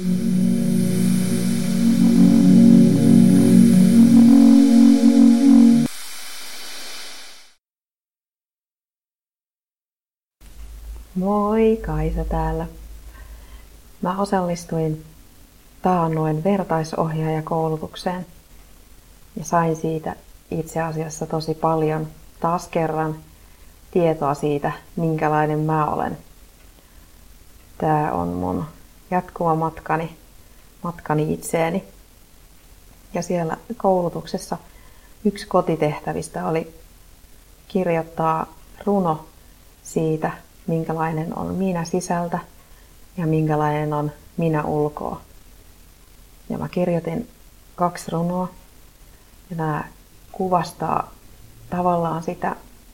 Moi, Kaisa täällä. Mä osallistuin taannoin vertaisohjaajakoulutukseen ja sain siitä itse asiassa tosi paljon taas kerran tietoa siitä, minkälainen mä olen. Tää on mun jatkuva matkani itseeni. Ja siellä koulutuksessa yksi kotitehtävistä oli kirjoittaa runo siitä, minkälainen on minä sisältä ja minkälainen on minä ulkoa. Ja mä kirjoitin 2 runoa ja nämä kuvastaa tavallaan sitä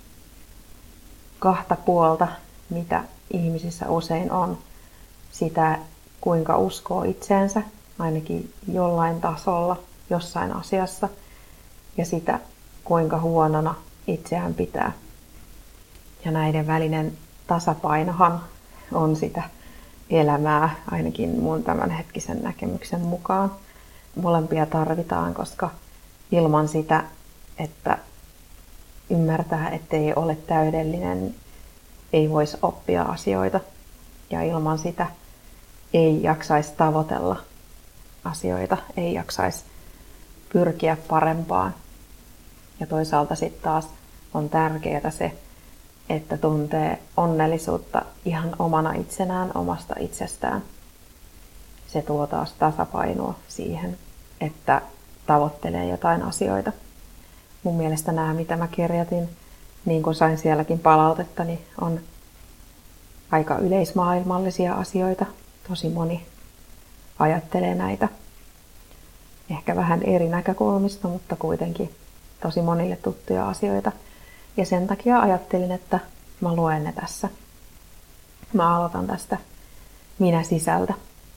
2 puolta, mitä ihmisissä usein on. Sitä, kuinka uskoo itseensä, ainakin jollain tasolla, jossain asiassa, ja sitä, kuinka huonona itseään pitää. Ja näiden välinen tasapainohan on sitä elämää, ainakin mun tämänhetkisen näkemyksen mukaan. Molempia tarvitaan, koska ilman sitä, että ymmärtää, ettei ole täydellinen, ei voisi oppia asioita. Ja ilman sitä ei jaksaisi tavoitella asioita, ei jaksaisi pyrkiä parempaan. Ja toisaalta sitten taas on tärkeää se, että tuntee onnellisuutta ihan omana itsenään, omasta itsestään. Se tuo taas tasapainoa siihen, että tavoittelee jotain asioita. Mun mielestä nämä, mitä mä kirjoitin, niin kuin sain sielläkin palautetta, niin on aika yleismaailmallisia asioita. Tosi moni ajattelee näitä ehkä vähän eri näkökulmista, mutta kuitenkin tosi monille tuttuja asioita. Ja sen takia ajattelin, että mä luen ne tässä. Mä aloitan tästä minä sisältä.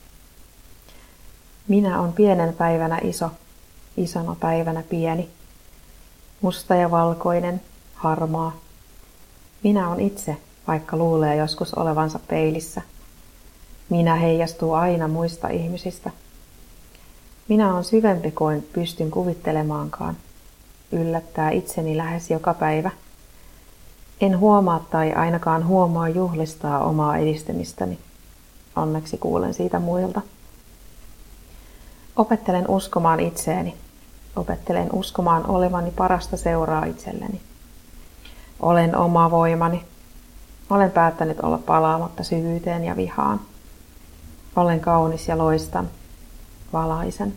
Minä on pienen päivänä iso, isona päivänä pieni. Musta ja valkoinen, harmaa. Minä on itse, vaikka luulee joskus olevansa peilissä. Minä heijastuu aina muista ihmisistä. Minä on syvempi kuin pystyn kuvittelemaankaan. Yllättää itseni lähes joka päivä. En huomaa tai ainakaan huomaa juhlistaa omaa edistymistäni. Onneksi kuulen siitä muilta. Opettelen uskomaan itseeni. Opettelen uskomaan olevani parasta seuraa itselleni. Olen oma voimani. Olen päättänyt olla palaamatta syvyyteen ja vihaan. Olen kaunis ja loistan. Valaisen.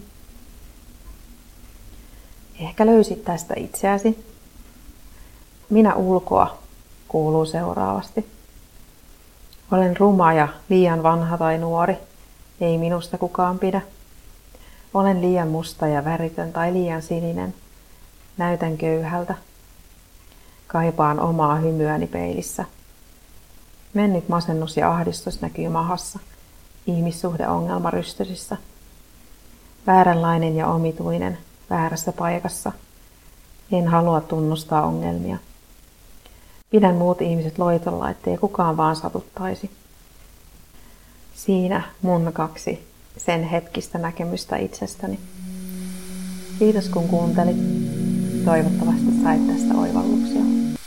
Ehkä löysit tästä itseäsi. Minä ulkoa kuuluu seuraavasti. Olen ruma ja liian vanha tai nuori. Ei minusta kukaan pidä. Olen liian musta ja väritön tai liian sininen. Näytän köyhältä. Kaipaan omaa hymyäni peilissä. Mennyt masennus ja ahdistus näkyy mahassa. Ihmissuhdeongelma rystysissä. Vääränlainen ja omituinen. Väärässä paikassa. En halua tunnustaa ongelmia. Pidän muut ihmiset loitolla, ettei kukaan vaan satuttaisi. Siinä mun 2 sen hetkistä näkemystä itsestäni. Kiitos kun kuuntelit. Toivottavasti sait tästä oivalluksia.